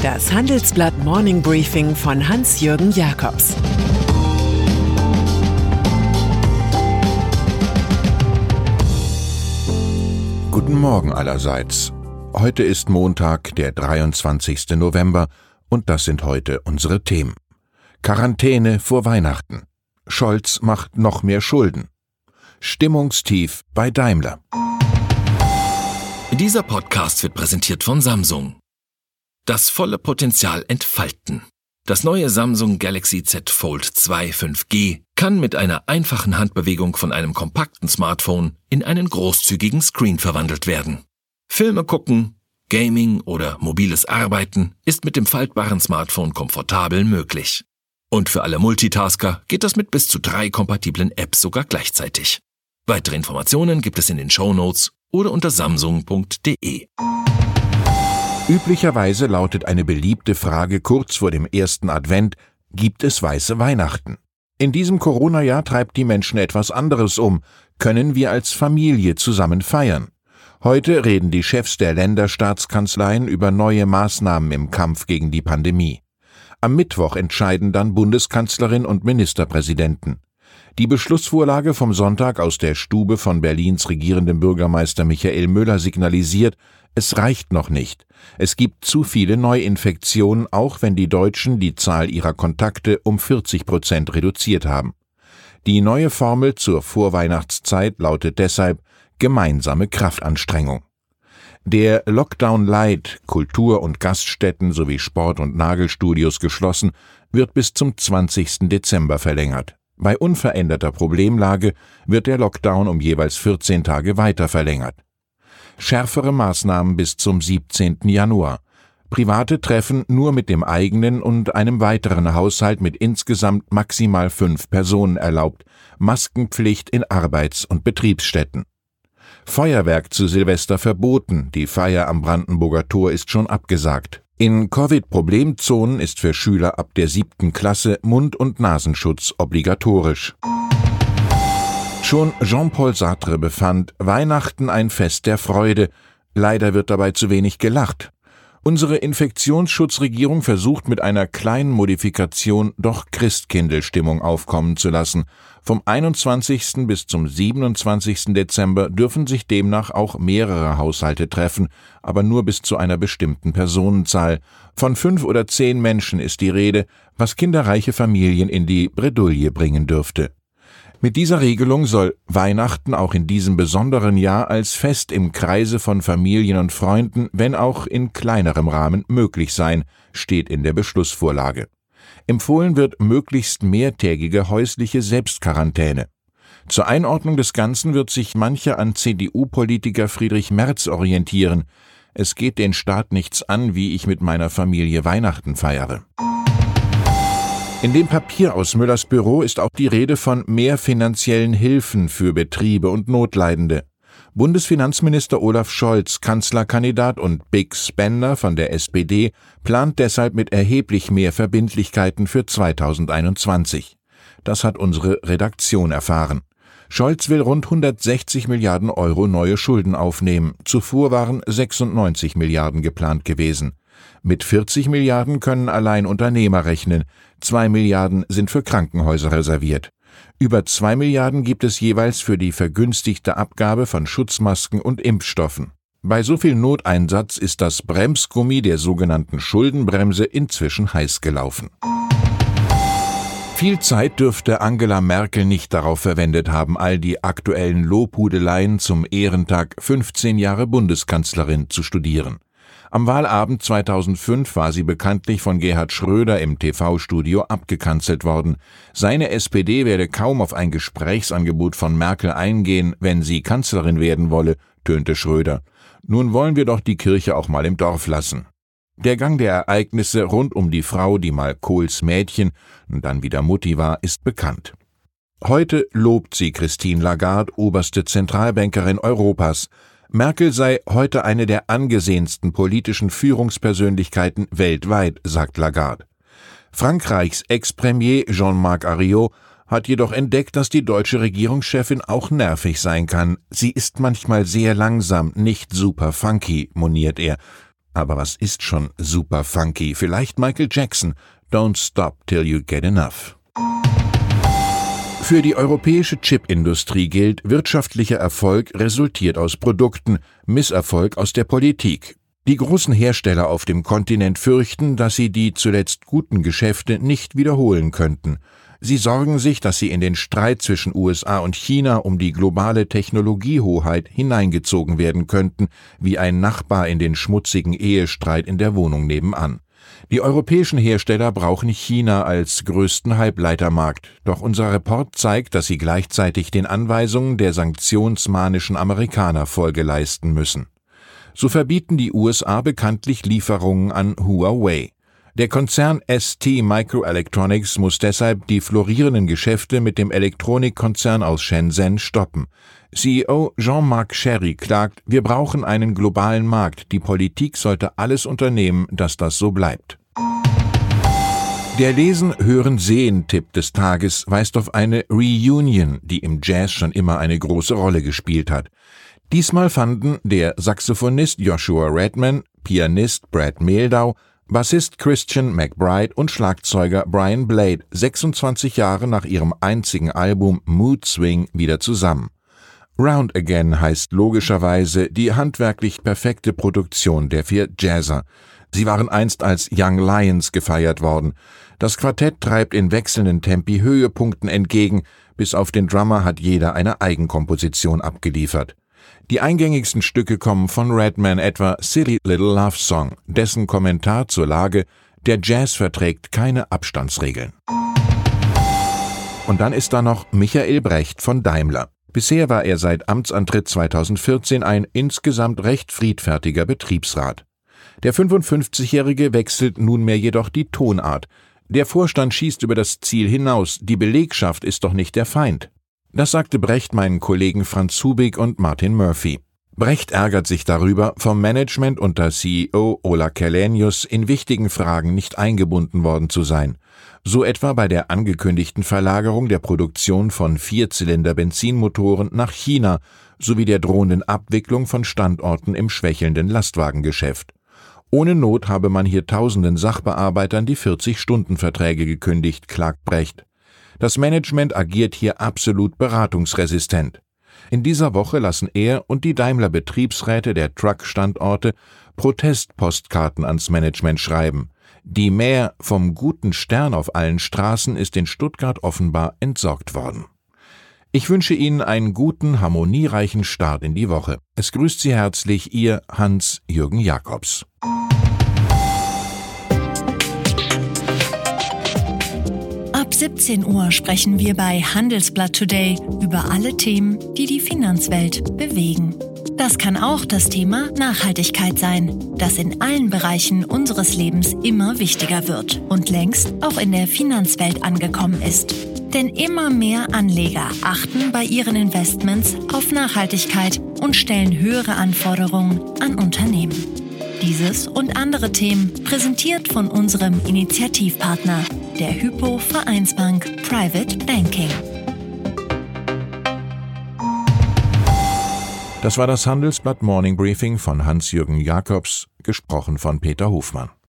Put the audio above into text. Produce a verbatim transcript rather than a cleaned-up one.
Das Handelsblatt Morning Briefing von Hans-Jürgen Jakobs. Guten Morgen allerseits. Heute ist Montag, der dreiundzwanzigsten November, und das sind heute unsere Themen. Quarantäne vor Weihnachten. Scholz macht noch mehr Schulden. Stimmungstief bei Daimler. Dieser Podcast wird präsentiert von Samsung. Das volle Potenzial entfalten. Das neue Samsung Galaxy Z Fold zwei fünf G kann mit einer einfachen Handbewegung von einem kompakten Smartphone in einen großzügigen Screen verwandelt werden. Filme gucken, Gaming oder mobiles Arbeiten ist mit dem faltbaren Smartphone komfortabel möglich. Und für alle Multitasker geht das mit bis zu drei kompatiblen Apps sogar gleichzeitig. Weitere Informationen gibt es in den Shownotes oder unter samsung punkt de. Üblicherweise lautet eine beliebte Frage kurz vor dem ersten Advent: Gibt es weiße Weihnachten? In diesem Corona-Jahr treibt die Menschen etwas anderes um. Können wir als Familie zusammen feiern? Heute reden die Chefs der Länderstaatskanzleien über neue Maßnahmen im Kampf gegen die Pandemie. Am Mittwoch entscheiden dann Bundeskanzlerin und Ministerpräsidenten. Die Beschlussvorlage vom Sonntag aus der Stube von Berlins regierendem Bürgermeister Michael Müller signalisiert: Es reicht noch nicht. Es gibt zu viele Neuinfektionen, auch wenn die Deutschen die Zahl ihrer Kontakte um vierzig Prozent reduziert haben. Die neue Formel zur Vorweihnachtszeit lautet deshalb gemeinsame Kraftanstrengung. Der Lockdown Light, Kultur- und Gaststätten sowie Sport- und Nagelstudios geschlossen, wird bis zum zwanzigsten Dezember verlängert. Bei unveränderter Problemlage wird der Lockdown um jeweils vierzehn Tage weiter verlängert. Schärfere Maßnahmen bis zum siebzehnten Januar. Private Treffen nur mit dem eigenen und einem weiteren Haushalt mit insgesamt maximal fünf Personen erlaubt. Maskenpflicht in Arbeits- und Betriebsstätten. Feuerwerk zu Silvester verboten. Die Feier am Brandenburger Tor ist schon abgesagt. In Covid-Problemzonen ist für Schüler ab der siebten Klasse Mund- und Nasenschutz obligatorisch. Schon Jean-Paul Sartre befand, Weihnachten ein Fest der Freude. Leider wird dabei zu wenig gelacht. Unsere Infektionsschutzregierung versucht mit einer kleinen Modifikation doch Christkindlstimmung aufkommen zu lassen. Vom einundzwanzigsten bis zum siebenundzwanzigsten Dezember dürfen sich demnach auch mehrere Haushalte treffen, aber nur bis zu einer bestimmten Personenzahl. Von fünf oder zehn Menschen ist die Rede, was kinderreiche Familien in die Bredouille bringen dürfte. Mit dieser Regelung soll Weihnachten auch in diesem besonderen Jahr als Fest im Kreise von Familien und Freunden, wenn auch in kleinerem Rahmen, möglich sein, steht in der Beschlussvorlage. Empfohlen wird möglichst mehrtägige häusliche Selbstquarantäne. Zur Einordnung des Ganzen wird sich mancher an C D U-Politiker Friedrich Merz orientieren. Es geht den Staat nichts an, wie ich mit meiner Familie Weihnachten feiere. In dem Papier aus Müllers Büro ist auch die Rede von mehr finanziellen Hilfen für Betriebe und Notleidende. Bundesfinanzminister Olaf Scholz, Kanzlerkandidat und Big Spender von der S P D, plant deshalb mit erheblich mehr Verbindlichkeiten für zweitausendeinundzwanzig. Das hat unsere Redaktion erfahren. Scholz will rund hundertsechzig Milliarden Euro neue Schulden aufnehmen. Zuvor waren sechsundneunzig Milliarden geplant gewesen. Mit vierzig Milliarden können allein Unternehmer rechnen. Zwei Milliarden sind für Krankenhäuser reserviert. Über zwei Milliarden gibt es jeweils für die vergünstigte Abgabe von Schutzmasken und Impfstoffen. Bei so viel Noteinsatz ist das Bremsgummi der sogenannten Schuldenbremse inzwischen heiß gelaufen. Viel Zeit dürfte Angela Merkel nicht darauf verwendet haben, all die aktuellen Lobhudeleien zum Ehrentag fünfzehn Jahre Bundeskanzlerin zu studieren. Am Wahlabend zweitausendfünf war sie bekanntlich von Gerhard Schröder im T V-Studio abgekanzelt worden. Seine S P D werde kaum auf ein Gesprächsangebot von Merkel eingehen, wenn sie Kanzlerin werden wolle, tönte Schröder. Nun wollen wir doch die Kirche auch mal im Dorf lassen. Der Gang der Ereignisse rund um die Frau, die mal Kohls Mädchen und dann wieder Mutti war, ist bekannt. Heute lobt sie Christine Lagarde, oberste Zentralbankerin Europas. Merkel sei heute eine der angesehensten politischen Führungspersönlichkeiten weltweit, sagt Lagarde. Frankreichs Ex-Premier Jean-Marc Ayrault hat jedoch entdeckt, dass die deutsche Regierungschefin auch nervig sein kann. Sie ist manchmal sehr langsam, nicht super funky, moniert er. Aber was ist schon super funky? Vielleicht Michael Jackson. Don't stop till you get enough. Für die europäische Chipindustrie gilt, wirtschaftlicher Erfolg resultiert aus Produkten, Misserfolg aus der Politik. Die großen Hersteller auf dem Kontinent fürchten, dass sie die zuletzt guten Geschäfte nicht wiederholen könnten. Sie sorgen sich, dass sie in den Streit zwischen U S A und China um die globale Technologiehoheit hineingezogen werden könnten, wie ein Nachbar in den schmutzigen Ehestreit in der Wohnung nebenan. Die europäischen Hersteller brauchen China als größten Halbleitermarkt, doch unser Report zeigt, dass sie gleichzeitig den Anweisungen der sanktionsmanischen Amerikaner Folge leisten müssen. So verbieten die U S A bekanntlich Lieferungen an Huawei. Der Konzern S T Microelectronics muss deshalb die florierenden Geschäfte mit dem Elektronikkonzern aus Shenzhen stoppen. C E O Jean-Marc Chery klagt, wir brauchen einen globalen Markt, die Politik sollte alles unternehmen, dass das so bleibt. Der Lesen, Hören, Sehen-Tipp des Tages weist auf eine Reunion, die im Jazz schon immer eine große Rolle gespielt hat. Diesmal fanden der Saxophonist Joshua Redman, Pianist Brad Mehldau, Bassist Christian McBride und Schlagzeuger Brian Blade sechsundzwanzig Jahre nach ihrem einzigen Album Mood Swing wieder zusammen. Round Again heißt logischerweise die handwerklich perfekte Produktion der vier Jazzer. Sie waren einst als Young Lions gefeiert worden. Das Quartett treibt in wechselnden Tempi Höhepunkten entgegen, bis auf den Drummer hat jeder eine Eigenkomposition abgeliefert. Die eingängigsten Stücke kommen von Redman, etwa Silly Little Love Song, dessen Kommentar zur Lage, der Jazz verträgt keine Abstandsregeln. Und dann ist da noch Michael Brecht von Daimler. Bisher war er seit Amtsantritt zweitausendvierzehn ein insgesamt recht friedfertiger Betriebsrat. Der fünfundfünfzigjährige wechselt nunmehr jedoch die Tonart. Der Vorstand schießt über das Ziel hinaus, die Belegschaft ist doch nicht der Feind. Das sagte Brecht meinen Kollegen Franz Hubig und Martin Murphy. Brecht ärgert sich darüber, vom Management unter C E O Ola Källenius in wichtigen Fragen nicht eingebunden worden zu sein. So etwa bei der angekündigten Verlagerung der Produktion von Vierzylinder-Benzinmotoren nach China sowie der drohenden Abwicklung von Standorten im schwächelnden Lastwagengeschäft. Ohne Not habe man hier tausenden Sachbearbeitern die vierzig-Stunden-Verträge gekündigt, klagt Brecht. Das Management agiert hier absolut beratungsresistent. In dieser Woche lassen er und die Daimler-Betriebsräte der Truck-Standorte Protestpostkarten ans Management schreiben. Die Mär vom guten Stern auf allen Straßen ist in Stuttgart offenbar entsorgt worden. Ich wünsche Ihnen einen guten, harmoniereichen Start in die Woche. Es grüßt Sie herzlich Ihr Hans-Jürgen Jakobs. Ab siebzehn Uhr sprechen wir bei Handelsblatt Today über alle Themen, die die Finanzwelt bewegen. Das kann auch das Thema Nachhaltigkeit sein, das in allen Bereichen unseres Lebens immer wichtiger wird und längst auch in der Finanzwelt angekommen ist. Denn immer mehr Anleger achten bei ihren Investments auf Nachhaltigkeit und stellen höhere Anforderungen an Unternehmen. Dieses und andere Themen präsentiert von unserem Initiativpartner, der Hypo Vereinsbank Private Banking. Das war das Handelsblatt Morning Briefing von Hans-Jürgen Jakobs, gesprochen von Peter Hofmann.